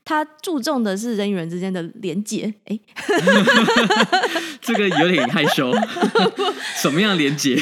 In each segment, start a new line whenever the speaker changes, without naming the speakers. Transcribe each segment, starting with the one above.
它注重的是人与人之间的连结。
这个有点害羞。什么样的连结？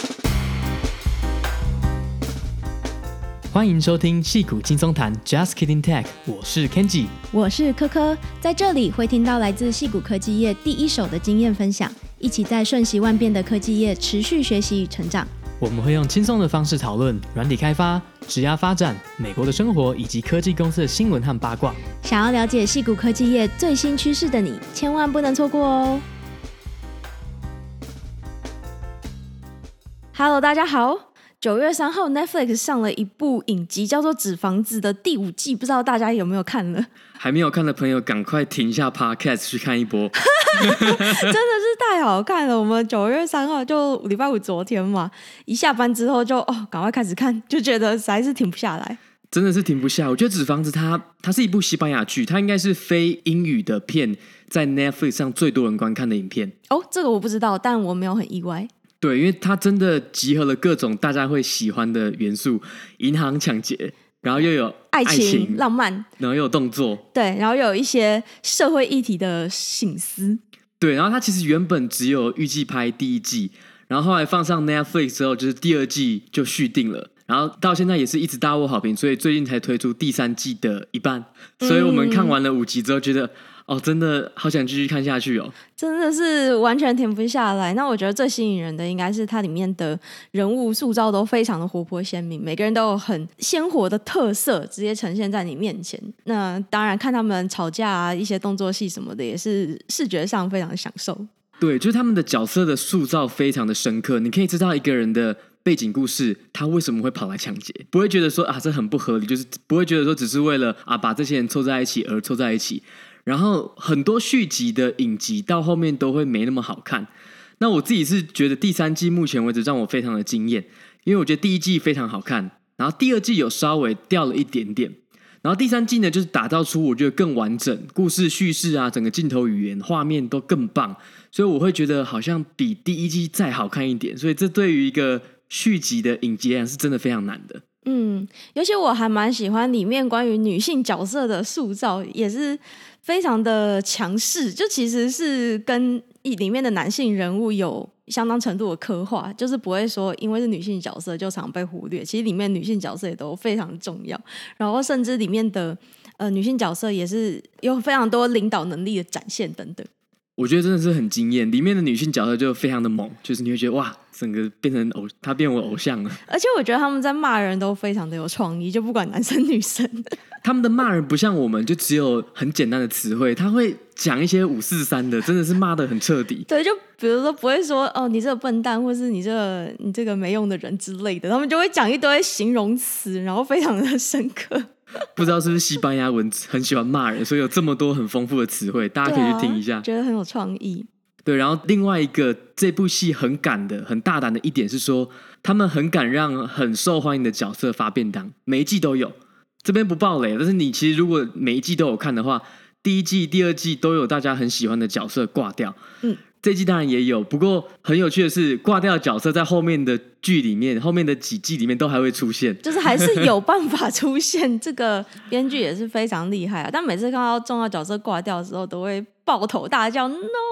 欢迎收听矽谷轻松谈 Just Kidding Tech， 我是 Kenji，
我是科科，在这里会听到来自矽谷科技业第一手的经验分享，一起在瞬息万变的科技业持续学习与成长。
我们会用轻松的方式讨论软体开发、职涯发展、美国的生活以及科技公司的新闻和八卦。
想要了解矽谷科技业最新趋势的你，千万不能错过哦。Hello， 大家好。9月3号 Netflix 上了一部影集叫做《纸房子》的第5季，不知道大家有没有看了？
还没有看的朋友赶快停下 Podcast 去看一波。
真的是太好看了。我们9月3号就礼拜五昨天嘛，一下班之后就赶快开始看，就觉得实在是停不下来，
真的是停不下。我觉得《纸房子》它是一部西班牙剧，它应该是非英语的片在 Netflix 上最多人观看的影片。
这个我不知道，但我没有很意外。
对，因为它真的集合了各种大家会喜欢的元素，银行抢劫，然后又有
爱情浪漫，
然后又有动作，
对，然后又有一些社会议题的省思。
对，然后它其实原本只有预计拍第1季，然后后来放上 Netflix 之后，就是第2季就续订了，然后到现在也是一直大获好评，所以最近才推出第3季的一半。所以我们看完了5集之后，觉得真的好想继续看下去哦，
真的是完全停不下来。那我觉得最吸引人的应该是它里面的人物塑造都非常的活泼鲜明，每个人都有很鲜活的特色直接呈现在你面前。那当然看他们吵架啊，一些动作戏什么的也是视觉上非常的享受。
对，就是他们的角色的塑造非常的深刻，你可以知道一个人的背景故事，他为什么会跑来抢劫，不会觉得说这很不合理，就是不会觉得说只是为了把这些人凑在一起而凑在一起。然后很多续集的影集到后面都会没那么好看。那我自己是觉得第3季目前为止让我非常的惊艳，因为我觉得第1季非常好看，然后第2季有稍微掉了一点点，然后第3季呢就是打造出我觉得更完整，故事叙事啊，整个镜头语言画面都更棒，所以我会觉得好像比第1季再好看一点，所以这对于一个续集的影集来讲是真的非常难的。
尤其我还蛮喜欢里面关于女性角色的塑造，也是非常的强势，就其实是跟里面的男性人物有相当程度的刻画，就是不会说因为是女性角色就常被忽略，其实里面女性角色也都非常重要，然后甚至里面的女性角色也是有非常多领导能力的展现等等。
我觉得真的是很惊艳，里面的女性角色就非常的猛，就是你会觉得哇，整个变成她变我偶像了。
而且我觉得他们在骂人都非常的有创意，就不管男生女生。
他们的骂人不像我们就只有很简单的词汇，他会讲一些543的，真的是骂得很彻底。
对，就比如说不会说你这个笨蛋，或是你这个没用的人之类的，他们就会讲一堆形容词，然后非常的深刻。
不知道是不是西班牙文很喜欢骂人，所以有这么多很丰富的词汇，大家可以去听一下，
觉得很有创意。
对，然后另外一个这部戏很敢的、很大胆的一点是说，他们很敢让很受欢迎的角色发便当，每一季都有。这边不爆雷，但是你其实如果每一季都有看的话，第1季、第2季都有大家很喜欢的角色挂掉。这一季当然也有，不过很有趣的是，挂掉的角色在后面的剧里面、后面的几季里面都还会出现，
就是还是有办法出现。这个编剧也是非常厉害啊！但每次看到重要角色挂掉的时候，都会抱头大叫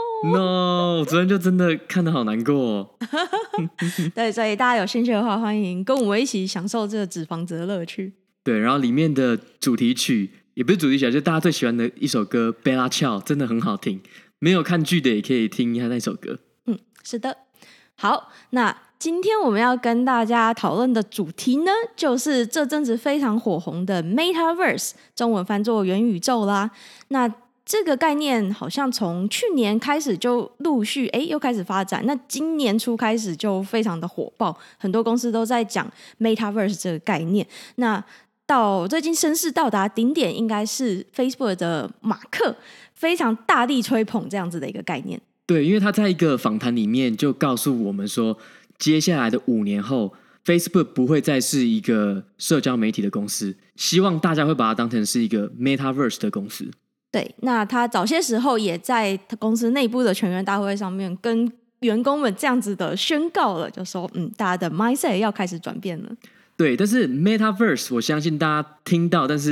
“No!”
昨天就真的看得好难过哦。
对，所以大家有兴趣的话，欢迎跟我们一起享受这个纸房子的乐趣。
对，然后里面的主题曲也不是主题曲，就是大家最喜欢的一首歌《Bella Ciao》，真的很好听。没有看剧的也可以听一下那首歌。
是的。好，那今天我们要跟大家讨论的主题呢，就是这阵子非常火红的 Metaverse， 中文翻作元宇宙啦。那这个概念好像从去年开始就陆续又开始发展，那今年初开始就非常的火爆，很多公司都在讲 Metaverse 这个概念。那到最近声势到达顶点，应该是 Facebook 的马克非常大力吹捧这样子的一个概念。
对，因为他在一个访谈里面就告诉我们说，接下来的5年后 Facebook 不会再是一个社交媒体的公司，希望大家会把它当成是一个 Metaverse 的公司。
对，那他早些时候也在公司内部的全员大会上面跟员工们这样子的宣告了，就说大家的 mindset 要开始转变了。
对，但是 Metaverse 我相信大家听到，但是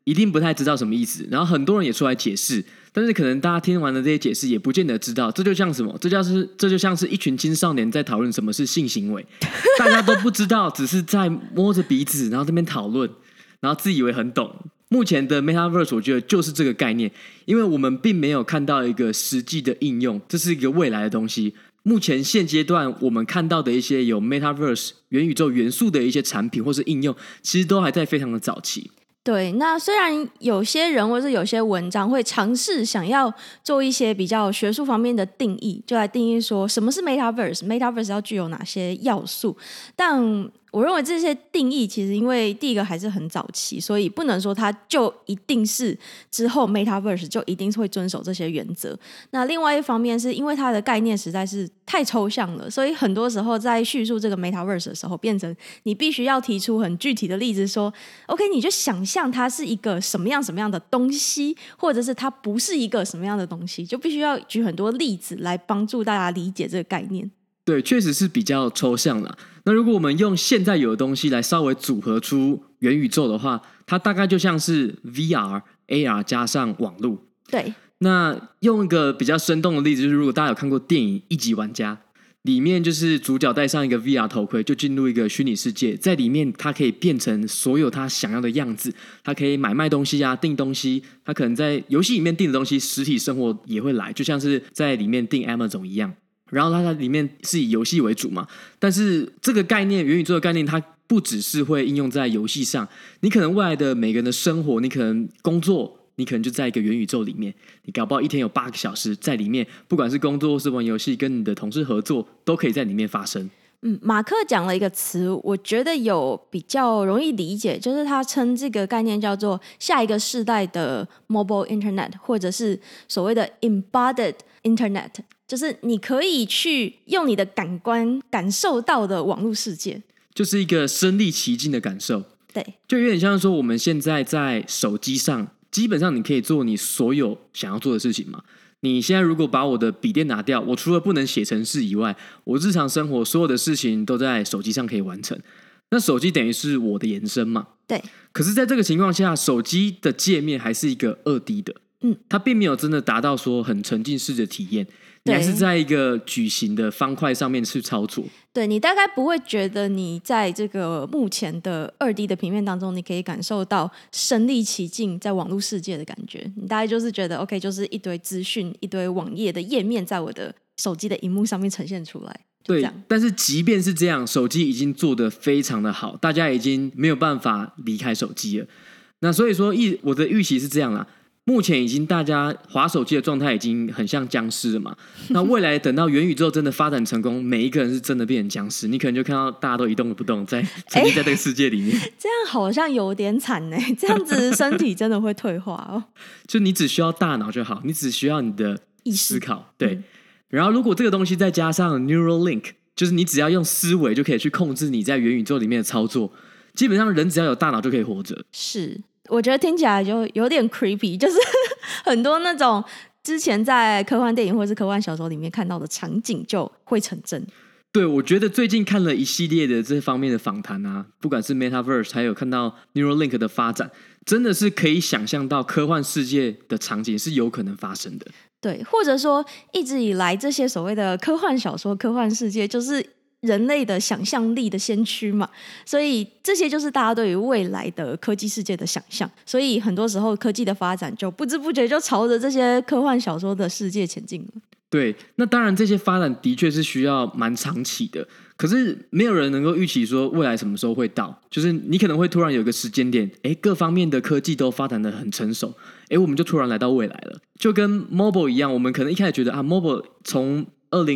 一定不太知道什么意思，然后很多人也出来解释，但是可能大家听完了这些解释也不见得知道，这就像什么？这就像是一群青少年在讨论什么是性行为，大家都不知道，只是在摸着鼻子，然后这边讨论，然后自以为很懂。目前的 Metaverse 我觉得就是这个概念，因为我们并没有看到一个实际的应用，这是一个未来的东西。目前现阶段我们看到的一些有 Metaverse 元宇宙元素的一些产品或是应用，其实都还在非常的早期。
对，那虽然有些人或是有些文章会尝试想要做一些比较学术方面的定义，就来定义说什么是 Metaverse 要具有哪些要素，但我认为这些定义其实因为第一个还是很早期，所以不能说它就一定是之后 Metaverse 就一定会遵守这些原则。那另外一方面是因为它的概念实在是太抽象了，所以很多时候在叙述这个 Metaverse 的时候，变成你必须要提出很具体的例子说 OK 你就想象它是一个什么样的东西，或者是它不是一个什么样的东西，就必须要举很多例子来帮助大家理解这个概念。
对，确实是比较抽象啦。那如果我们用现在有的东西来稍微组合出元宇宙的话，它大概就像是 VR、AR 加上网络。
对，
那用一个比较生动的例子，就是如果大家有看过电影《一级玩家》，里面就是主角戴上一个 VR 头盔，就进入一个虚拟世界，在里面他可以变成所有他想要的样子，他可以买卖东西啊，订东西，他可能在游戏里面订的东西，实体生活也会来，就像是在里面订 Amazon 一样。然后它在里面是以游戏为主嘛，但是这个概念元宇宙的概念它不只是会应用在游戏上，你可能未来的每个人的生活，你可能工作，你可能就在一个元宇宙里面，你搞不好一天有8个小时在里面，不管是工作或是玩游戏，跟你的同事合作都可以在里面发生。
马克讲了一个词，我觉得有比较容易理解，就是他称这个概念叫做下一个世代的 mobile internet， 或者是所谓的 embodied internet， 就是你可以去用你的感官感受到的网络世界，
就是一个身临其境的感受。
对，
就有点像说我们现在在手机上，基本上你可以做你所有想要做的事情嘛。你现在如果把我的笔电拿掉，我除了不能写程式以外，我日常生活所有的事情都在手机上可以完成。那手机等于是我的延伸嘛？
对。
可是在这个情况下，手机的界面还是一个2D 的，它并没有真的达到说很沉浸式的体验，你还是在一个矩形的方块上面去操作。
对，你大概不会觉得你在这个目前的2D 的平面当中，你可以感受到身临其境在网络世界的感觉。你大概就是觉得 OK， 就是一堆资讯、一堆网页的页面在我的手机的荧幕上面呈现出来。
对，但是即便是这样，手机已经做得非常的好，大家已经没有办法离开手机了。那所以说，我的预期是这样啦。目前已经大家滑手机的状态已经很像僵尸了嘛，那未来等到元宇宙真的发展成功，每一个人是真的变成僵尸，你可能就看到大家都一动不动，在沉浸在这个世界里面。
这样好像有点惨耶，这样子身体真的会退化哦。
就你只需要大脑就好，你只需要你的思考，对。然后如果这个东西再加上 Neuralink， 就是你只要用思维就可以去控制你在元宇宙里面的操作，基本上人只要有大脑就可以活着。
是。我觉得听起来就有点 creepy， 就是很多那种之前在科幻电影或是科幻小说里面看到的场景就会成真。
对，我觉得最近看了一系列的这方面的访谈啊，不管是 Metaverse 还有看到 Neuralink 的发展，真的是可以想象到科幻世界的场景是有可能发生的。
对，或者说一直以来这些所谓的科幻小说、科幻世界就是人类的想象力的先驱嘛，所以这些就是大家对于未来的科技世界的想象，所以很多时候科技的发展就不知不觉就朝着这些科幻小说的世界前进了。
对，那当然这些发展的确是需要蛮长期的，可是没有人能够预期说未来什么时候会到，就是你可能会突然有一个时间点，各方面的科技都发展得很成熟，我们就突然来到未来了。就跟 mobile 一样，我们可能一开始觉得mobile 从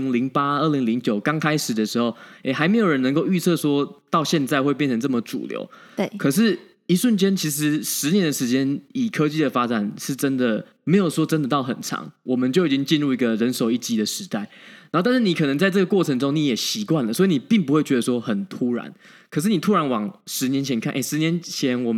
2008、2009刚开始的时候，还没有人能够预测说到现在会变成这么主流。
对，
可是一瞬间，其实10年的时间，以科技的发展是真的没有说真的到很长，我们就已经进入一个人手一机的时代。然后，但是你可能在这个过程中你也习惯了，所以你并不会觉得说很突然。可是你突然往10年前看，10年前我们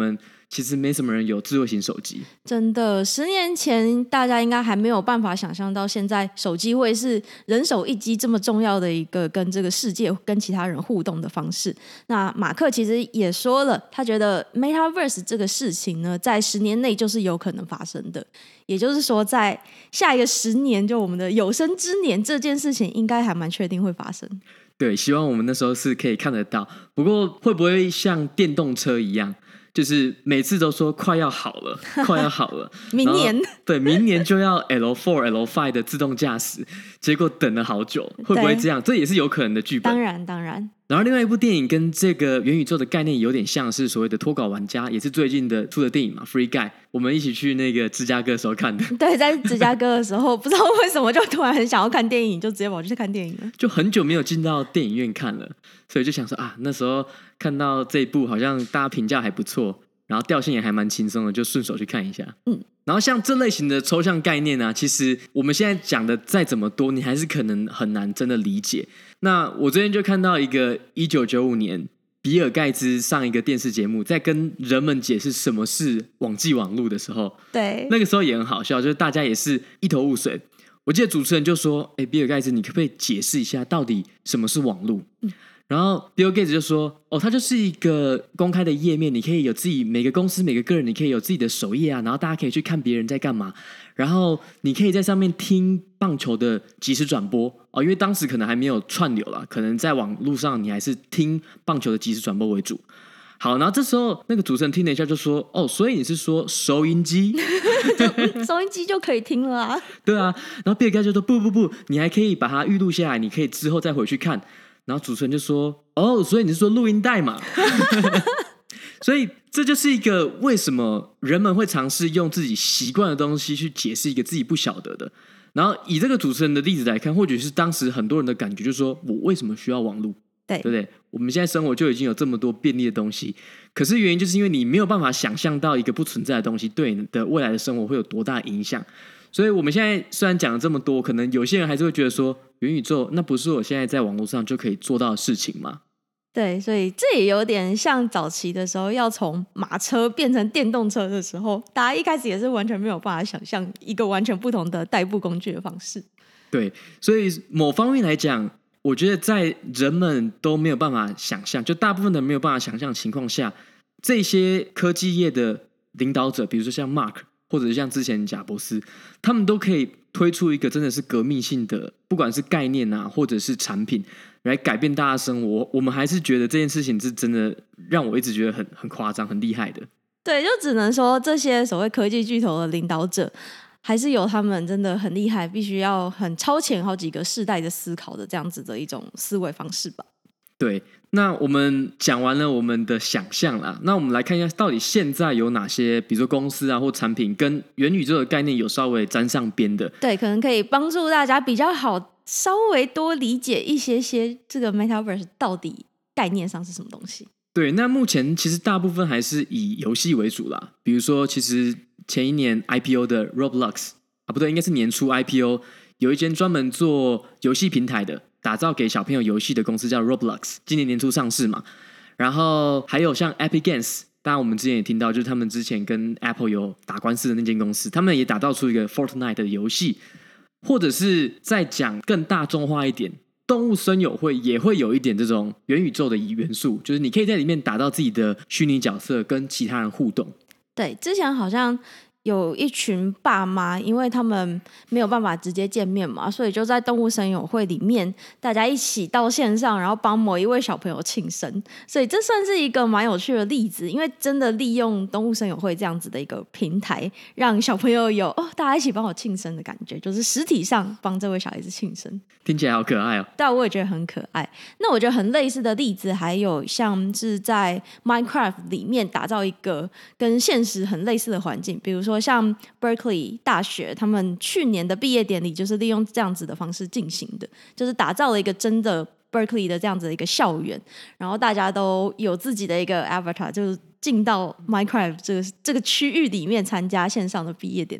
其实没什么人有智慧型手机。
真的10年前大家应该还没有办法想象到现在手机会是人手一机这么重要的一个跟这个世界跟其他人互动的方式。那马克其实也说了，他觉得 Metaverse 这个事情呢在10年内就是有可能发生的，也就是说在下一个10年，就我们的有生之年，这件事情应该还蛮确定会发生。
对，希望我们那时候是可以看得到。不过会不会像电动车一样，就是每次都说快要好了快要好了
明年
对，明年就要 L4 L5 的自动驾驶，结果等了好久，会不会这样？这也是有可能的剧本。
当然当然。
然后另外一部电影跟这个元宇宙的概念有点像，是所谓的脱稿玩家，也是最近的出的电影嘛 Free Guy， 我们一起去那个芝加哥的时候看的。
对，在芝加哥的时候不知道为什么就突然很想要看电影，就直接跑去看电影了，
就很久没有进到电影院看了，所以就想说啊，那时候看到这一部好像大家评价还不错，然后调性也还蛮轻松的，就顺手去看一下。然后像这类型的抽象概念啊，其实我们现在讲的再怎么多，你还是可能很难真的理解。那我最近就看到一个1995年比尔盖茨上一个电视节目，在跟人们解释什么是网际网路的时候，
对，
那个时候也很好笑，就是大家也是一头雾水。我记得主持人就说：“比尔盖茨，你可不可以解释一下到底什么是网路？”然后 Bill Gates 就说：“它就是一个公开的页面，你可以有自己每个公司每个个人，你可以有自己的首页啊，然后大家可以去看别人在干嘛，然后你可以在上面听棒球的即时转播因为当时可能还没有串流啦，可能在网络上你还是听棒球的即时转播为主。”好，然后这时候那个主持人听了一下就说：“所以你是说收音机？
收音机就可以听了啊？”
对啊，然后比尔盖茨就说：“不，你还可以把它预录下来，你可以之后再回去看。”然后主持人就说：“所以你是说录音带嘛？”所以这就是一个为什么人们会尝试用自己习惯的东西去解释一个自己不晓得的。然后以这个主持人的例子来看，或许是当时很多人的感觉，就是说我为什么需要网络？对不对？我们现在生活就已经有这么多便利的东西，可是原因就是因为你没有办法想象到一个不存在的东西对你的未来的生活会有多大影响。所以我们现在虽然讲了这么多，可能有些人还是会觉得说，元宇宙那不是我现在在网络上就可以做到的事情吗？
对，所以这也有点像早期的时候要从马车变成电动车的时候，大家一开始也是完全没有办法想象一个完全不同的代步工具的方式。
对，所以某方面来讲，我觉得在人们都没有办法想象，就大部分人没有办法想象的情况下，这些科技业的领导者，比如说像 Mark 或者像之前贾伯斯，他们都可以推出一个真的是革命性的，不管是概念啊，或者是产品，来改变大家生活。我们还是觉得这件事情是真的让我一直觉得很夸张、很厉害的。
对，就只能说这些所谓科技巨头的领导者，还是有他们真的很厉害，必须要很超前好几个世代的思考的这样子的一种思维方式吧。
对，那我们讲完了我们的想象啦，那我们来看一下到底现在有哪些比如说公司啊或产品跟元宇宙的概念有稍微沾上边的。
对，可能可以帮助大家比较好稍微多理解一些这个 Metaverse 到底概念上是什么东西。
对，那目前其实大部分还是以游戏为主啦，比如说其实前一年 IPO 的 Roblox 不对，应该是年初 IPO， 有一间专门做游戏平台的，打造给小朋友游戏的公司叫 Roblox， 今年年初上市嘛。然后还有像 Epic Games， 当然我们之前也听到，就是他们之前跟 Apple 有打官司的那间公司，他们也打造出一个 Fortnite 的游戏。或者是再讲更大众化一点，动物森友会也会有一点这种元宇宙的元素，就是你可以在里面打造自己的虚拟角色，跟其他人互动。
对，之前好像有一群爸妈，因为他们没有办法直接见面嘛，所以就在动物森友会里面，大家一起到线上，然后帮某一位小朋友庆生。所以这算是一个蛮有趣的例子，因为真的利用动物森友会这样子的一个平台，让小朋友有大家一起帮我庆生的感觉，就是实体上帮这位小孩子庆生。
听起来好可爱哦。
对，我也觉得很可爱。那我觉得很类似的例子，还有像是在 Minecraft 里面打造一个跟现实很类似的环境，比如说像 Berkeley 大学，他们去年的毕业典礼就是利用这样子的方式进行的，就是打造了一个真的 Berkeley 的这样子的一个校园，然后大家都有自己的一个 avatar， 就是进到 Minecraft 这个区域里面参加线上的毕业典礼。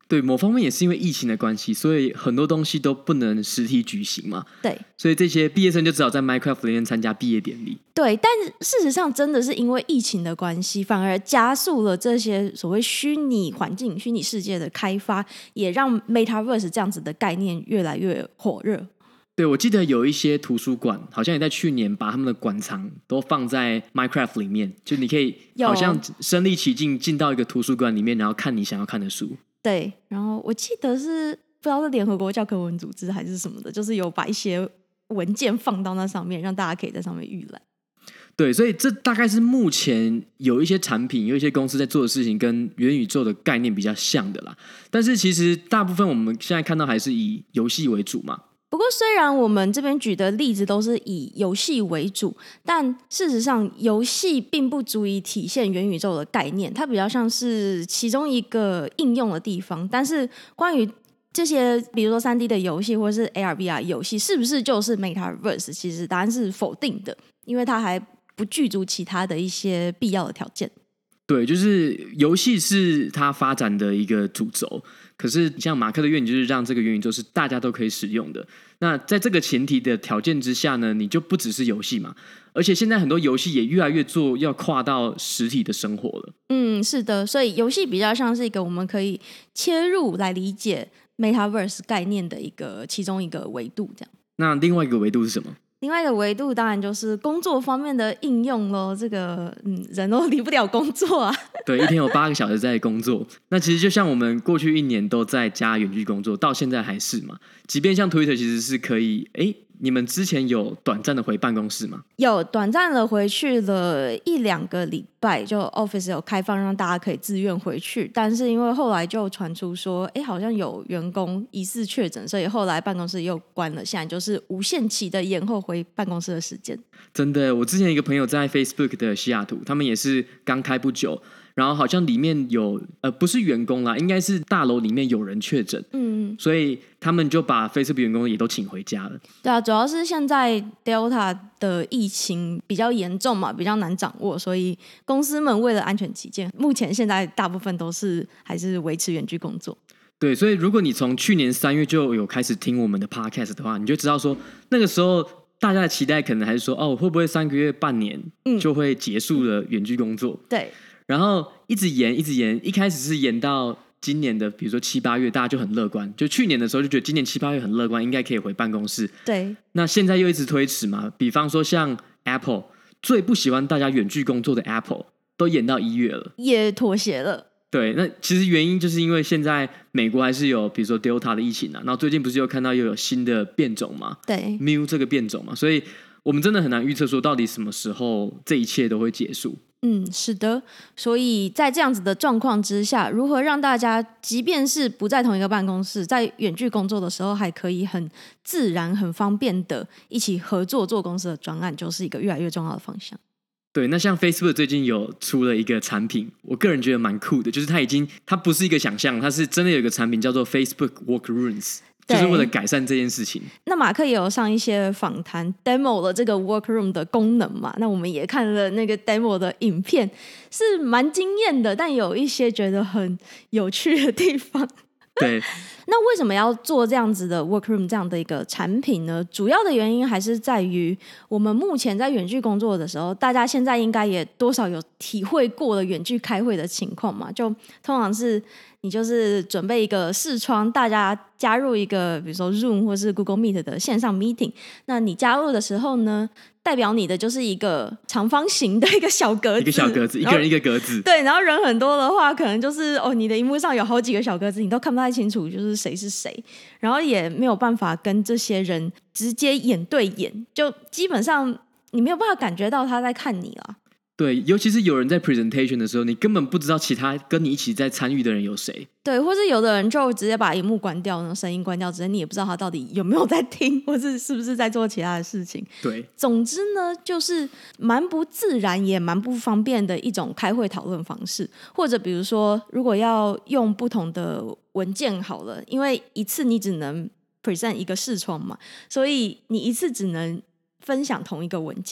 对，某方面也是因为疫情的关系，所以很多东西都不能实体举行嘛。
对，
所以这些毕业生就只好在 Minecraft 里面参加毕业典礼。
对，但事实上真的是因为疫情的关系，反而加速了这些所谓虚拟环境、虚拟世界的开发，也让 Metaverse 这样子的概念越来越火热。
对，我记得有一些图书馆好像也在去年把他们的馆藏都放在 Minecraft 里面，就你可以好像身临其境进到一个图书馆里面，然后看你想要看的书。
对，然后我记得是不知道是联合国教科文组织还是什么的，就是有把一些文件放到那上面，让大家可以在上面预览。
对，所以这大概是目前有一些产品、有一些公司在做的事情跟元宇宙的概念比较像的啦。但是其实大部分我们现在看到还是以游戏为主嘛。
不过，虽然我们这边举的例子都是以游戏为主，但事实上，游戏并不足以体现元宇宙的概念，它比较像是其中一个应用的地方。但是，关于这些，比如说3D 的游戏或者是 AR/VR 游戏，是不是就是 Metaverse？其实答案是否定的，因为它还不具足其他的一些必要的条件。
对，就是游戏是它发展的一个主轴，可是像马克的愿景就是让这个元宇宙是大家都可以使用的。那在这个前提的条件之下呢，你就不只是游戏嘛，而且现在很多游戏也越来越做要跨到实体的生活了。
是的，所以游戏比较像是一个我们可以切入来理解 Metaverse 概念的其中一个维度，这样。
那另外一个维度是什么？
另外一个维度当然就是工作方面的应用咯，这个人都离不了工作啊。
对，一天有8个小时在工作。那其实就像我们过去1年都在家远距工作，到现在还是嘛。即便像 Twitter 其实是可以，你们之前有短暂的回办公室吗？
有短暂的回去了1-2个礼拜，就 Office 有开放让大家可以自愿回去，但是因为后来就传出说好像有员工疑似确诊，所以后来办公室又关了，现在就是无限期的延后回办公室的时间。
真的，我之前一个朋友在 Facebook 的西雅图，他们也是刚开不久，然后好像里面有不是员工啦，应该是大楼里面有人确诊，所以他们就把 Facebook 员工也都请回家了。
对啊，主要是现在 Delta 的疫情比较严重嘛，比较难掌握，所以公司们为了安全起见，目前现在大部分都是还是维持远距工作。
对，所以如果你从去年3月就有开始听我们的 podcast 的话，你就知道说那个时候大家的期待可能还是说会不会3个月半年就会结束了远距工作。
对，
然后一直延，一开始是延到今年的比如说7-8月，大家就很乐观，就去年的时候就觉得今年7-8月很乐观，应该可以回办公室。
对，
那现在又一直推迟嘛，比方说像 Apple 最不喜欢大家远距工作的 Apple 都延到1月了，
也妥协了。
对，那其实原因就是因为现在美国还是有比如说 Delta 的疫情啊，然后最近不是又看到又有新的变种嘛，
对
Mu 这个变种嘛，所以我们真的很难预测说到底什么时候这一切都会结束。
是的，所以在这样子的状况之下，如何让大家即便是不在同一个办公室，在远距工作的时候还可以很自然很方便的一起合作做公司的专案，就是一个越来越重要的方向。
对，那像 Facebook 最近有出了一个产品，我个人觉得蛮酷的，就是它不是一个想象，它是真的有一个产品叫做 Facebook Workrooms， 就是为了改善这件事情。
那马克也有上一些访谈 demo 了这个 Workroom 的功能嘛，那我们也看了那个 demo 的影片，是蛮惊艳的，但有一些觉得很有趣的地方。
对，
那为什么要做这样子的 Workroom 这样的一个产品呢？主要的原因还是在于我们目前在远距工作的时候，大家现在应该也多少有体会过了远距开会的情况嘛，就通常是你就是准备一个视窗，大家加入一个比如说 Zoom 或是 Google Meet 的线上 meeting， 那你加入的时候呢，代表你的就是一个长方形的一个小格子，
一个小格子，一个人一个格子。
对，然后人很多的话，可能就是你的荧幕上有好几个小格子，你都看不太清楚就是谁是谁，然后也没有办法跟这些人直接眼对眼，就基本上你没有办法感觉到他在看你啦。
对，尤其是有人在 presentation 的时候，你根本不知道其他跟你一起在参与的人有谁。
对，或是有的人就直接把荧幕关掉，然后声音关掉，直接你也不知道他到底有没有在听，或是不是在做其他的事情。
对，
总之呢，就是蛮不自然也蛮不方便的一种开会讨论方式。或者比如说，如果要用不同的文件好了，因为一次你只能 present 一个视窗嘛，所以你一次只能分享同一个文件。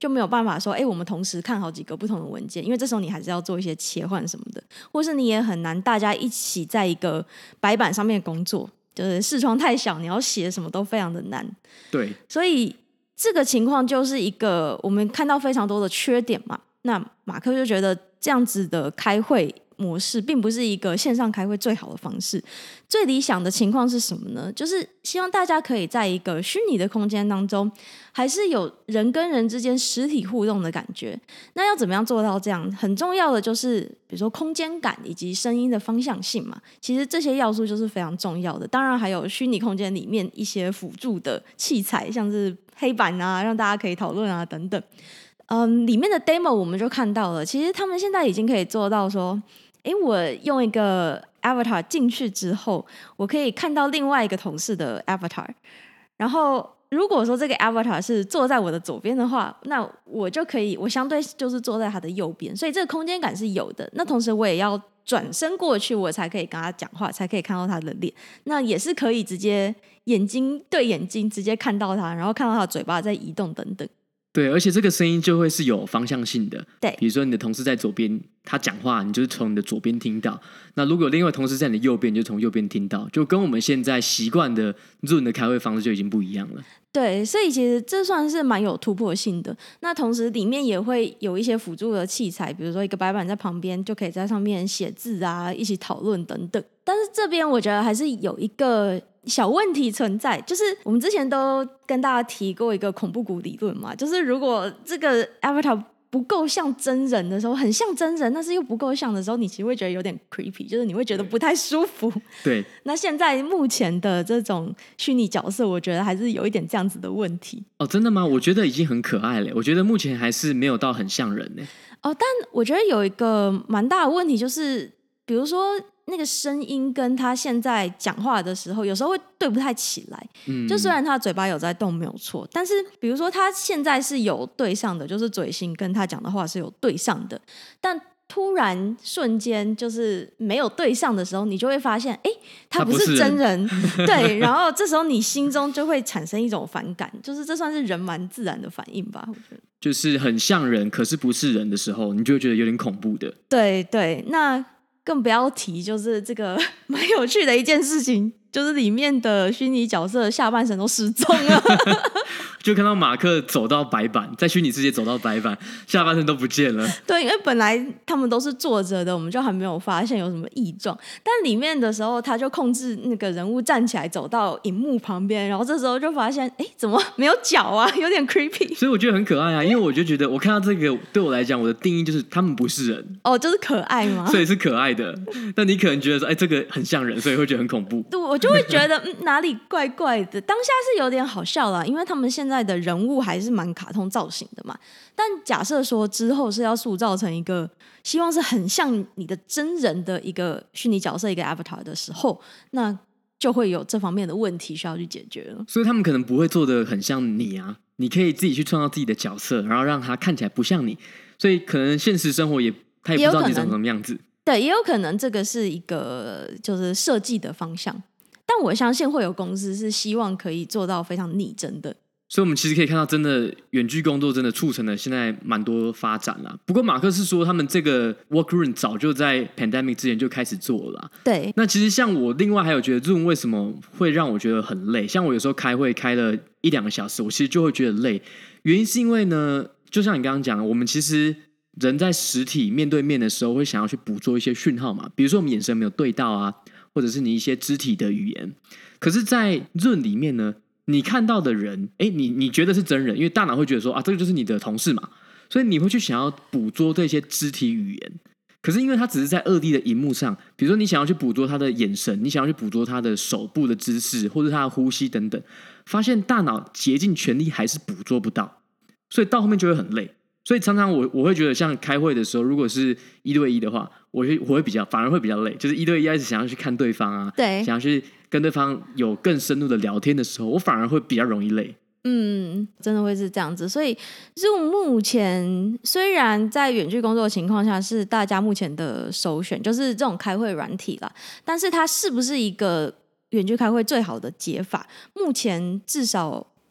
就没有办法说我们同时看好几个不同的文件，因为这时候你还是要做一些切换什么的，或是你也很难大家一起在一个白板上面工作，就是视窗太小，你要写什么都非常的难。
对，
所以这个情况就是一个我们看到非常多的缺点嘛。那马克就觉得这样子的开会模式并不是一个线上开会最好的方式。最理想的情况是什么呢？就是希望大家可以在一个虚拟的空间当中，还是有人跟人之间实体互动的感觉。那要怎么样做到这样？很重要的就是比如说空间感以及声音的方向性嘛，其实这些要素就是非常重要的。当然还有虚拟空间里面一些辅助的器材，像是黑板啊，让大家可以讨论啊等等。里面的 demo 我们就看到了，其实他们现在已经可以做到说，我用一个 avatar 进去之后，我可以看到另外一个同事的 avatar， 然后如果说这个 avatar 是坐在我的左边的话，那我就可以，我相对就是坐在他的右边，所以这个空间感是有的。那同时我也要转身过去，我才可以跟他讲话，才可以看到他的脸，那也是可以直接眼睛对眼睛直接看到他，然后看到他的嘴巴在移动等等。
对，而且这个声音就会是有方向性的。
对，
比如说你的同事在左边，他讲话，你就是从你的左边听到；那如果另外同事在你的右边，你就从右边听到，就跟我们现在习惯的 Zoom 的开会方式就已经不一样了。
对，所以其实这算是蛮有突破性的。那同时里面也会有一些辅助的器材，比如说一个白板在旁边，就可以在上面写字啊，一起讨论等等。但是这边我觉得还是有一个小问题存在，就是我们之前都跟大家提过一个恐怖谷理论嘛，就是如果这个 avatar 不够像真人的时候，很像真人但是又不够像的时候，你其实会觉得有点 creepy， 就是你会觉得不太舒服。
对，
那现在目前的这种虚拟角色，我觉得还是有一点这样子的问题。
哦，真的吗？我觉得已经很可爱了，我觉得目前还是没有到很像人呢。
但我觉得有一个蛮大的问题，就是比如说那个声音跟他现在讲话的时候，有时候会对不太起来。就虽然他嘴巴有在动没有错，但是比如说他现在是有对上的，就是嘴型跟他讲的话是有对上的，但突然瞬间就是没有对上的时候，你就会发现他不是真人。对，然后这时候你心中就会产生一种反感，就是这算是人蛮自然的反应吧，我觉得
就是很像人可是不是人的时候，你就会觉得有点恐怖的。
对对，那更不要提就是这个蛮有趣的一件事情，就是里面的虚拟角色下半身都失踪了。
就看到马克走到白板，在虚拟世界走到白板，下半身都不见了。
对，因为本来他们都是坐着的，我们就还没有发现有什么异状。但里面的时候，他就控制那个人物站起来走到荧幕旁边，然后这时候就发现，怎么没有脚啊？有点 creepy。
所以我觉得很可爱啊，因为我就觉得我看到这个，对我来讲，我的定义就是他们不是人。
就是可爱吗？
所以是可爱的。但你可能觉得说，这个很像人，所以会觉得很恐怖。
对，我就会觉得哪里怪怪的。当下是有点好笑啦，因为他们现在的人物还是蛮卡通造型的嘛。但假设说之后是要塑造成一个希望是很像你的真人的一个虚拟角色，一个 avatar 的时候，那就会有这方面的问题需要去解决了。
所以他们可能不会做得很像你啊，你可以自己去创造自己的角色，然后让他看起来不像你。所以可能现实生活他也不知道你长什么样子。
对，也有可能这个是一个就是设计的方向，但我相信会有公司是希望可以做到非常拟真的。
所以我们其实可以看到，真的远距工作真的促成了现在蛮多发展啦。不过马克是说，他们这个 Workroom 早就在 Pandemic 之前就开始做了啦。
对，
那其实像我另外还有觉得 Zoom 为什么会让我觉得很累？像我有时候开会开了1-2个小时，我其实就会觉得累。原因是因为呢，就像你刚刚讲的，我们其实人在实体面对面的时候会想要去捕捉一些讯号嘛，比如说我们眼神没有对到啊，或者是你一些肢体的语言。可是在 Zoom 里面呢，你看到的人你觉得是真人，因为大脑会觉得说这个就是你的同事嘛，所以你会去想要捕捉这些肢体语言。可是因为它只是在2D 的荧幕上，比如说你想要去捕捉他的眼神，你想要去捕捉他的手部的姿势或者他的呼吸等等，发现大脑竭尽全力还是捕捉不到，所以到后面就会很累。所以常常我会觉得，像开会的时候，如果是1对1的话，我会反而会比较累。就是1对1一直想要去看对方啊，
对，
想要去跟对方有更深入的聊天的时候，我反而会比较容易累。
真的会是这样子。所以 Zoom 目前虽然在远距工作的情况下是大家目前的首选，就是这种开会软体啦，但是它是不是一个远距开会最好的解法？目前至少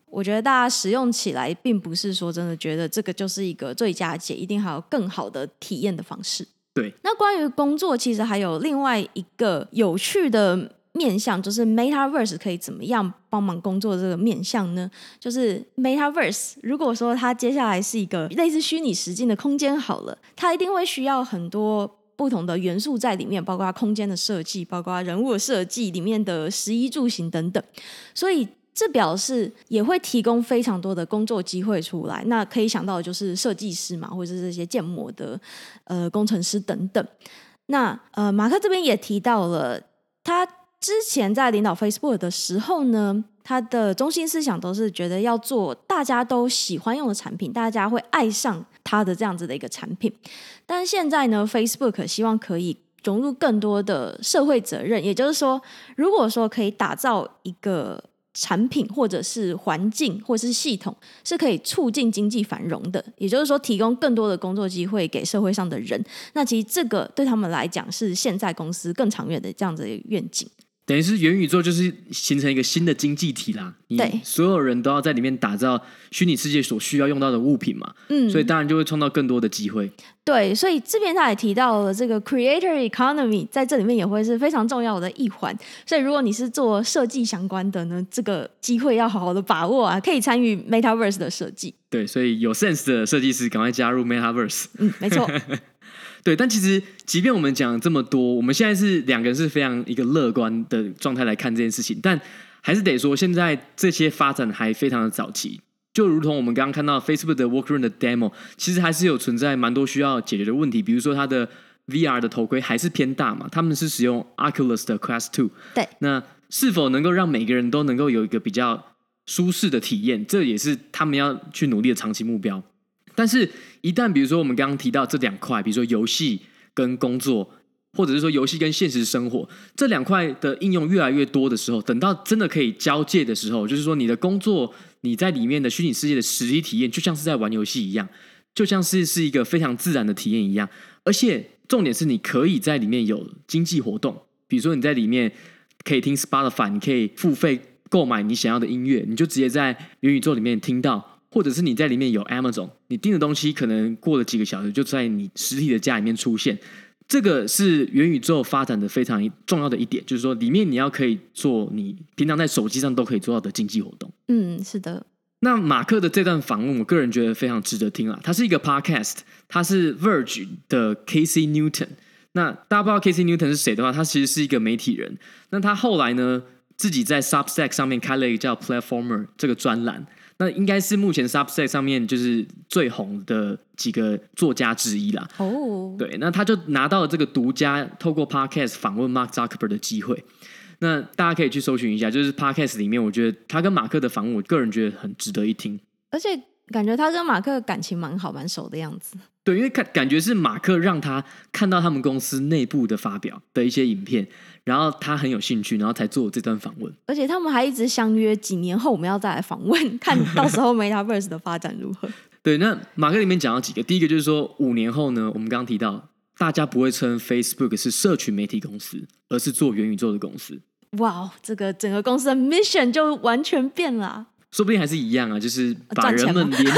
我觉得大家使用起来并不是说真的觉得这个就是一个最佳解，一定还有更好的体验的方式。
对，
那关于工作其实还有另外一个有趣的面向，就是 Metaverse 可以怎么样帮忙工作这个面向呢？就是 Metaverse 如果说它接下来是一个类似虚拟实境的空间好了，它一定会需要很多不同的元素在里面，包括空间的设计，包括人物的设计，里面的食衣住行等等，所以这表示也会提供非常多的工作机会出来。那可以想到的就是设计师嘛，或者是这些建模的工程师等等。那马克这边也提到了，他之前在领导 Facebook 的时候呢，他的中心思想都是觉得要做大家都喜欢用的产品，大家会爱上他的这样子的一个产品。但现在呢 Facebook 希望可以融入更多的社会责任，也就是说如果说可以打造一个产品或者是环境或者是系统是可以促进经济繁荣的，也就是说提供更多的工作机会给社会上的人，那其实这个对他们来讲是现在公司更长远的这样子的愿景。
等于是元宇宙就是形成一个新的经济体啦，你所有人都要在里面打造虚拟世界所需要用到的物品嘛，所以当然就会创造更多的机会。
对，所以这边他也提到了这个 creator economy 在这里面也会是非常重要的一环，所以如果你是做设计相关的呢，这个机会要好好的把握啊，可以参与 Metaverse 的设计。
对，所以有 sense 的设计师赶快加入 Metaverse。
没错。
对，但其实即便我们讲这么多，我们现在是两个人是非常一个乐观的状态来看这件事情，但还是得说现在这些发展还非常的早期，就如同我们刚刚看到 Facebook 的 Workroom 的 demo， 其实还是有存在蛮多需要解决的问题，比如说它的 VR 的头盔还是偏大嘛，他们是使用 Oculus 的 Quest 2，
对，
那是否能够让每个人都能够有一个比较舒适的体验，这也是他们要去努力的长期目标。但是一旦比如说我们刚刚提到这两块，比如说游戏跟工作，或者是说游戏跟现实生活，这两块的应用越来越多的时候，等到真的可以交界的时候，就是说你的工作你在里面的虚拟世界的实际体验就像是在玩游戏一样，就像是一个非常自然的体验一样，而且重点是你可以在里面有经济活动，比如说你在里面可以听 Spotify， 你可以付费购买你想要的音乐，你就直接在元宇宙里面听到，或者是你在里面有 Amazon， 你订的东西可能过了几个小时就在你实体的家里面出现。这个是元宇宙发展的非常重要的一点，就是说里面你要可以做你平常在手机上都可以做到的经济活动。
是的。
那马克的这段访问我个人觉得非常值得听啦，它是一个 podcast， 它是 Verge 的 Casey Newton。 那大家不知道 Casey Newton 是谁的话，他其实是一个媒体人，那他后来呢自己在 Substack 上面开了一个叫 Platformer 这个专栏，那应该是目前 Substack 上面就是最红的几个作家之一啦。对，那他就拿到了这个独家透过 Podcast 访问 Mark Zuckerberg 的机会。那大家可以去搜寻一下，就是 Podcast 里面我觉得他跟马克的访问我个人觉得很值得一听，
而且感觉他跟马克感情蛮好蛮熟的样子。
对，因为感觉是马克让他看到他们公司内部的发表的一些影片，然后他很有兴趣，然后才做这段访问。
而且他们还一直相约几年后我们要再来访问，看到时候 Metaverse 的发展如何。
对，那马克里面讲到几个，第一个就是说5年后呢，我们刚刚提到大家不会称 Facebook 是社群媒体公司，而是做元宇宙的公司。
哇，这个整个公司的 mission 就完全变了。
说不定还是一样啊，就是把人们连接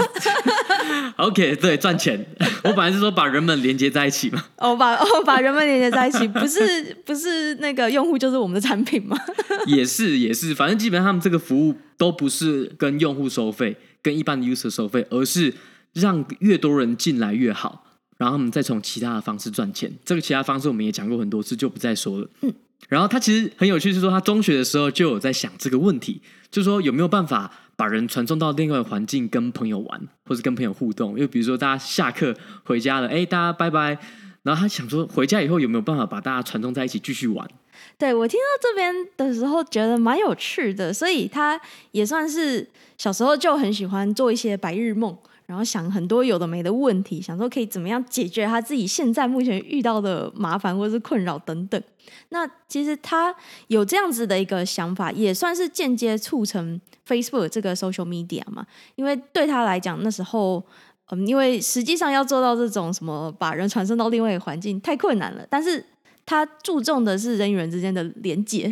OK， 对，赚钱。我本来是说把人们连接在一起嘛。
把人们连接在一起，不是那个用户就是我们的产品吗？也
是，反正基本上他们这个服务都不是跟用户收费，跟一般的 user 收费，而是让越多人进来越好，然后他们再从其他的方式赚钱。这个其他方式我们也讲过很多次，就不再说了。然后他其实很有趣，是说他中学的时候就有在想这个问题，就是说有没有办法把人传送到另外一个环境跟朋友玩，或是跟朋友互动。因为比如说大家下课回家了，大家拜拜，然后他想说回家以后有没有办法把大家传送在一起继续玩。
对，我听到这边的时候觉得蛮有趣的，所以他也算是小时候就很喜欢做一些白日梦，然后想很多有的没的问题，想说可以怎么样解决他自己现在目前遇到的麻烦或是困扰等等。那其实他有这样子的一个想法，也算是间接促成 Facebook 这个 social media 嘛，因为对他来讲那时候因为实际上要做到这种什么把人传送到另外一个环境太困难了，但是他注重的是人与人之间的连结。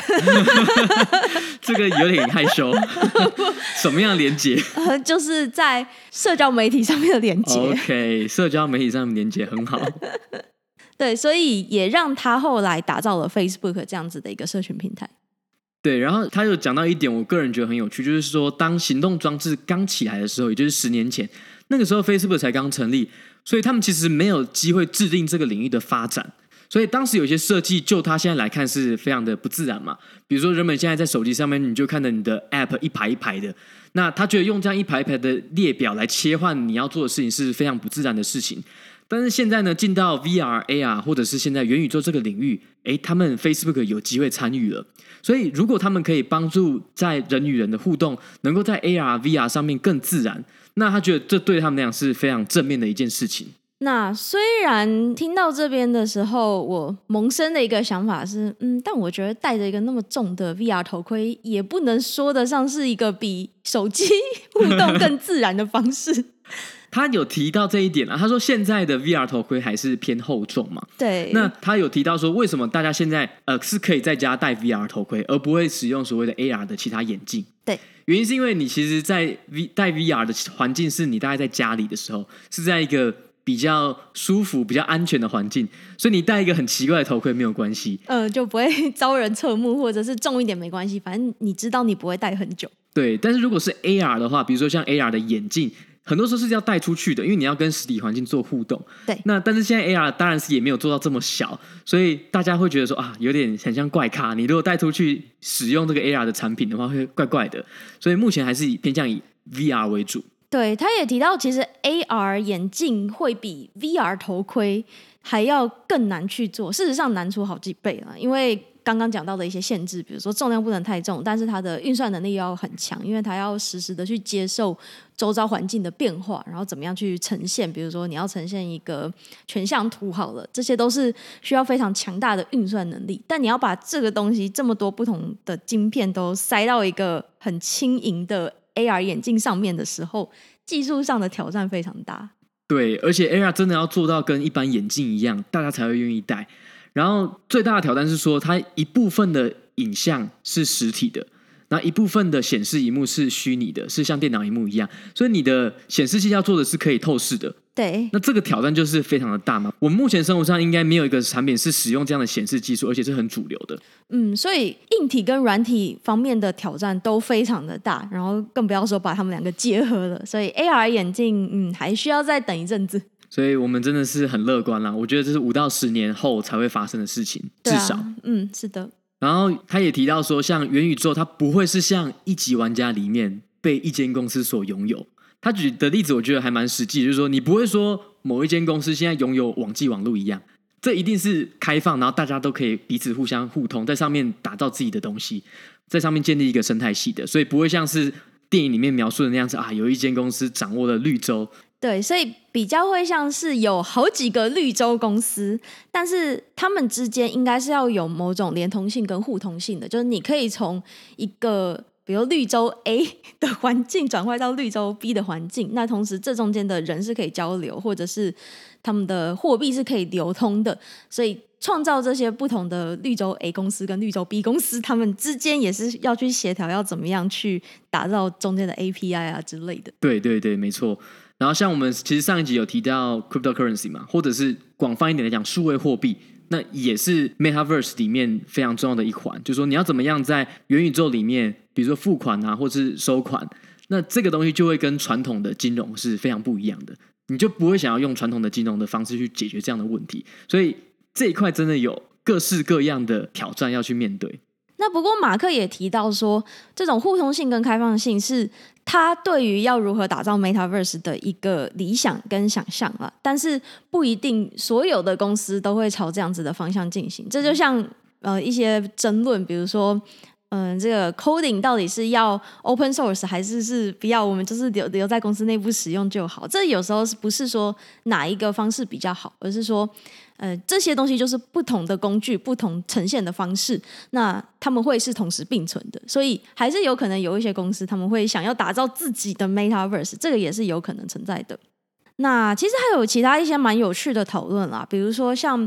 这个有点害羞。什么样的连结？
就是在社交媒体上面的连结。
OK， 社交媒体上面连结很好。
对，所以也让他后来打造了 Facebook 这样子的一个社群平台。
对，然后他有讲到一点我个人觉得很有趣，就是说当行动装置刚起来的时候，也就是10年前，那个时候 Facebook 才刚成立，所以他们其实没有机会制定这个领域的发展，所以当时有些设计就他现在来看是非常的不自然嘛。比如说人们现在在手机上面你就看到你的 App 一排一排的，那他觉得用这样一排一排的列表来切换你要做的事情是非常不自然的事情。但是现在呢，进到 VR、AR 或者是现在元宇宙这个领域，他们 Facebook 有机会参与了。所以如果他们可以帮助在人与人的互动能够在 AR、VR 上面更自然，那他觉得这对他们来讲是非常正面的一件事情。
那虽然听到这边的时候，我萌生的一个想法是，但我觉得戴着一个那么重的 VR 头盔，也不能说得上是一个比手机互动更自然的方式。
他有提到这一点啊，他说现在的 VR 头盔还是偏厚重嘛。
对。
那他有提到说，为什么大家现在是可以在家戴 VR 头盔，而不会使用所谓的 AR 的其他眼镜？
对。
原因是因为你其实在戴 VR 的环境是你大概在家里的时候，是在一个比较舒服、比较安全的环境，所以你戴一个很奇怪的头盔没有关系，
就不会招人侧目，或者是重一点没关系，反正你知道你不会戴很久。
对，但是如果是 AR 的话，比如说像 AR 的眼镜，很多时候是要带出去的，因为你要跟实体环境做互动。
对。
那但是现在 AR 当然是也没有做到这么小，所以大家会觉得说啊，有点很像怪咖。你如果带出去使用这个 AR 的产品的话，会怪怪的。所以目前还是偏向以 VR 为主。
对，他也提到，其实 AR 眼镜会比 VR 头盔还要更难去做，事实上难出好几倍了，因为刚刚讲到的一些限制，比如说重量不能太重，但是它的运算能力要很强，因为它要实时的去接受周遭环境的变化，然后怎么样去呈现，比如说你要呈现一个全像图好了，这些都是需要非常强大的运算能力，但你要把这个东西这么多不同的晶片都塞到一个很轻盈的 AR 眼镜上面的时候，技术上的挑战非常大。
对，而且 AR 真的要做到跟一般眼镜一样，大家才会愿意戴。然后最大的挑战是说，它一部分的影像是实体的，那一部分的显示萤幕是虚拟的，是像电脑萤幕一样，所以你的显示器要做的是可以透视的。
对，
那这个挑战就是非常的大嘛。我们目前生活上应该没有一个产品是使用这样的显示技术，而且是很主流的。
所以硬体跟软体方面的挑战都非常的大，然后更不要说把他们两个结合了。所以 AR 眼镜，还需要再等一阵子。
所以我们真的是很乐观啦，我觉得这是5到10年后才会发生的事情，至少。
是的。
然后他也提到说，像元宇宙，它不会是像一级玩家里面被一间公司所拥有。他举的例子我觉得还蛮实际，就是说你不会说某一间公司现在拥有网际网路一样，这一定是开放，然后大家都可以彼此互相互通，在上面打造自己的东西，在上面建立一个生态系的，所以不会像是电影里面描述的那样子啊，有一间公司掌握了绿洲。
对，所以比较会像是有好几个绿洲公司，但是他们之间应该是要有某种连通性跟互通性的，就是你可以从一个比如绿洲 A 的环境转换到绿洲 B 的环境，那同时这中间的人是可以交流，或者是他们的货币是可以流通的，所以创造这些不同的绿洲 A 公司跟绿洲 B 公司，他们之间也是要去协调，要怎么样去打造中间的 API 啊之类的。对
对对，没错。然后像我们其实上一集有提到 cryptocurrency 嘛，或者是广泛一点来讲数位货币，那也是 Metaverse 里面非常重要的一环，就是说你要怎么样在元宇宙里面，比如说付款啊，或是收款，那这个东西就会跟传统的金融是非常不一样的，你就不会想要用传统的金融的方式去解决这样的问题，所以这一块真的有各式各样的挑战要去面对。
那不过马克也提到说，这种互通性跟开放性是他对于要如何打造 Metaverse 的一个理想跟想象啦，但是不一定所有的公司都会朝这样子的方向进行。这就像一些争论，比如说这个 coding 到底是要 open source 还是不要，我们就是留在公司内部使用就好。这有时候不是说哪一个方式比较好，而是说这些东西就是不同的工具，不同呈现的方式，那他们会是同时并存的，所以还是有可能有一些公司他们会想要打造自己的 Metaverse， 这个也是有可能存在的。那其实还有其他一些蛮有趣的讨论啦，比如说像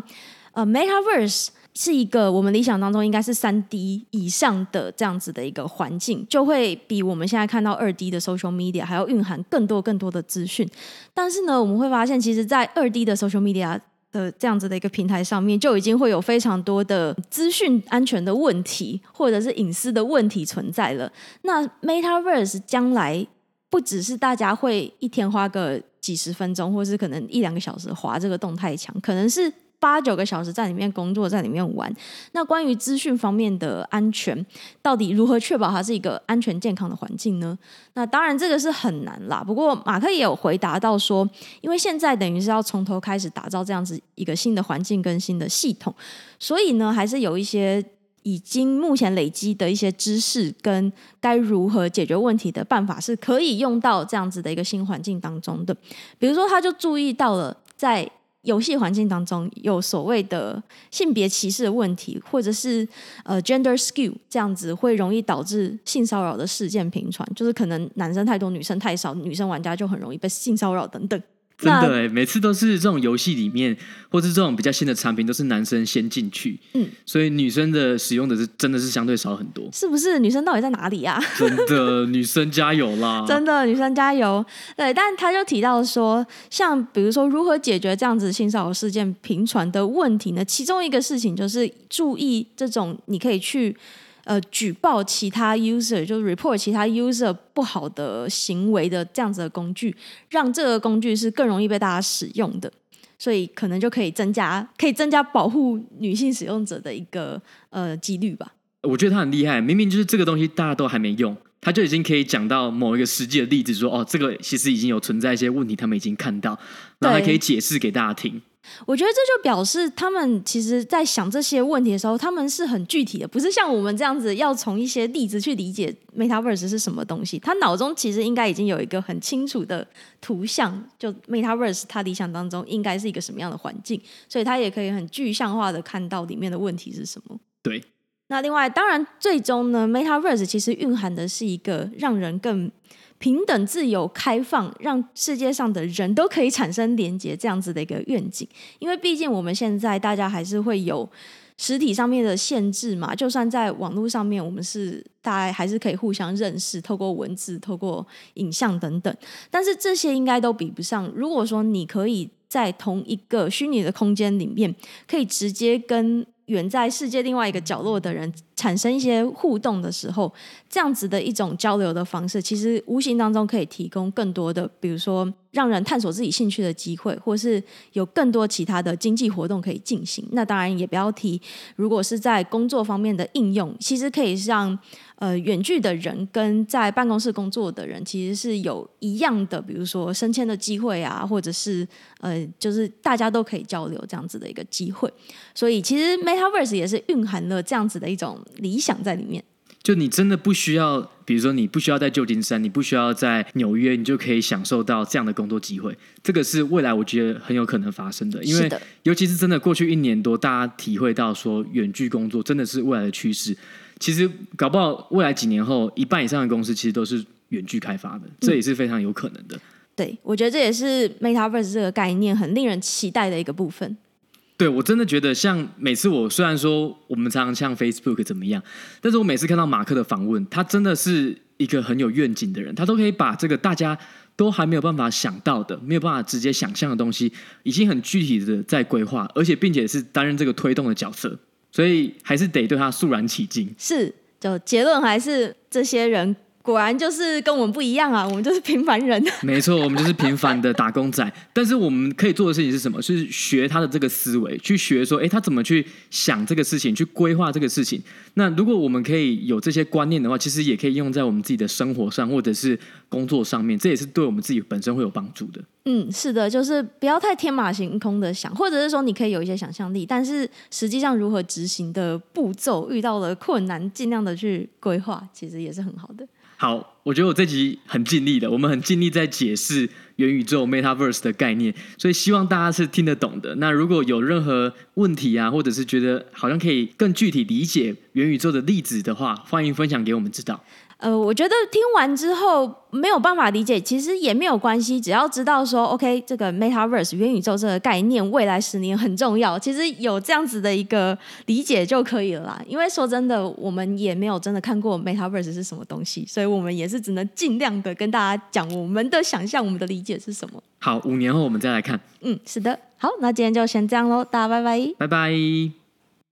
Metaverse 是一个我们理想当中应该是 3D 以上的这样子的一个环境，就会比我们现在看到2D的 social media 还要蕴含更多的资讯。但是呢，我们会发现其实在2D 的 social media的这样子的一个平台上面，就已经会有非常多的资讯安全的问题或者是隐私的问题存在了。那 Metaverse 将来不只是大家会一天花个几十分钟，或是可能1-2个小时滑这个动态墙，可能是8-9个小时在里面工作，在里面玩。那关于资讯方面的安全，到底如何确保它是一个安全健康的环境呢？那当然这个是很难啦。不过马克也有回答到说，因为现在等于是要从头开始打造这样子一个新的环境跟新的系统，所以呢还是有一些已经目前累积的一些知识跟该如何解决问题的办法是可以用到这样子的一个新环境当中的。比如说他就注意到了在游戏环境当中有所谓的性别歧视的问题，或者是gender skew 这样子会容易导致性骚扰的事件频传，就是可能男生太多女生太少，女生玩家就很容易被性骚扰等等。
真的耶，每次都是这种游戏里面或是这种比较新的产品都是男生先进去，所以女生的使用的真的是相对少很多。
是不是女生到底在哪里啊？
真的女生加油啦。
真的女生加油。对，但他就提到说，像比如说如何解决这样子性骚扰事件频传的问题呢，其中一个事情就是注意这种你可以去举报其他 user， 就是 report 其他 user 不好的行为的这样子的工具，让这个工具是更容易被大家使用的，所以可能就可以增加保护女性使用者的一个几率吧。
我觉得他很厉害，明明就是这个东西大家都还没用，他就已经可以讲到某一个实际的例子说，哦，这个其实已经有存在一些问题，他们已经看到，然后还可以解释给大家听。
我觉得这就表示他们其实在想这些问题的时候，他们是很具体的，不是像我们这样子要从一些例子去理解 Metaverse 是什么东西。他脑中其实应该已经有一个很清楚的图像，就 Metaverse 他理想当中应该是一个什么样的环境，所以他也可以很具象化的看到里面的问题是什么。
对。
那另外当然最终呢 Metaverse 其实蕴含的是一个让人更平等、自由、开放，让世界上的人都可以产生连结这样子的一个愿景。因为毕竟我们现在大家还是会有实体上面的限制嘛，就算在网络上面我们是大家还是可以互相认识，透过文字、透过影像等等，但是这些应该都比不上如果说你可以在同一个虚拟的空间里面可以直接跟远在世界另外一个角落的人产生一些互动的时候，这样子的一种交流的方式其实无形当中可以提供更多的比如说让人探索自己兴趣的机会，或是有更多其他的经济活动可以进行。那当然也不要提如果是在工作方面的应用，其实可以让远距的人跟在办公室工作的人其实是有一样的比如说升迁的机会啊，或者是就是大家都可以交流这样子的一个机会。所以其实 Metaverse 也是蕴含了这样子的一种理想在里面。
就你真的不需要，比如说你不需要在旧金山，你不需要在纽约，你就可以享受到这样的工作机会。这个是未来我觉得很有可能发生的，因为尤其是真的过去1年多，大家体会到说远距工作真的是未来的趋势。其实搞不好未来几年后，1半以上的公司其实都是远距开发的，这也是非常有可能的。
对，我觉得这也是 Metaverse 这个概念很令人期待的一个部分。
对，我真的觉得像每次我虽然说我们常常像 Facebook 怎么样，但是我每次看到马克的访问，他真的是一个很有愿景的人，他都可以把这个大家都还没有办法想到的，没有办法直接想象的东西，已经很具体的在规划，而且并且是担任这个推动的角色，所以还是得对他肃然起敬。
是，就结论还是这些人果然就是跟我们不一样啊，我们就是平凡人。
没错，我们就是平凡的打工仔。但是我们可以做的事情是什么？是学他的这个思维，去学说，他怎么去想这个事情，去规划这个事情。那如果我们可以有这些观念的话，其实也可以用在我们自己的生活上，或者是工作上面，这也是对我们自己本身会有帮助的。
是的，就是不要太天马行空的想，或者是说你可以有一些想象力，但是实际上如何执行的步骤遇到了困难，尽量的去规划，其实也是很好的。
好，我觉得我这集很尽力的，我们很尽力在解释元宇宙 Metaverse 的概念，所以希望大家是听得懂的。那如果有任何问题啊，或者是觉得好像可以更具体理解元宇宙的例子的话，欢迎分享给我们知道。
我觉得听完之后没有办法理解，其实也没有关系，只要知道说 OK 这个 Metaverse 元宇宙这个概念未来10年很重要，其实有这样子的一个理解就可以了啦。因为说真的我们也没有真的看过 Metaverse 是什么东西，所以我们也是只能尽量的跟大家讲我们的想象，我们的理解是什么。
好，5年后我们再来看。
是的。好，那今天就先这样咯，大家拜拜。
拜拜。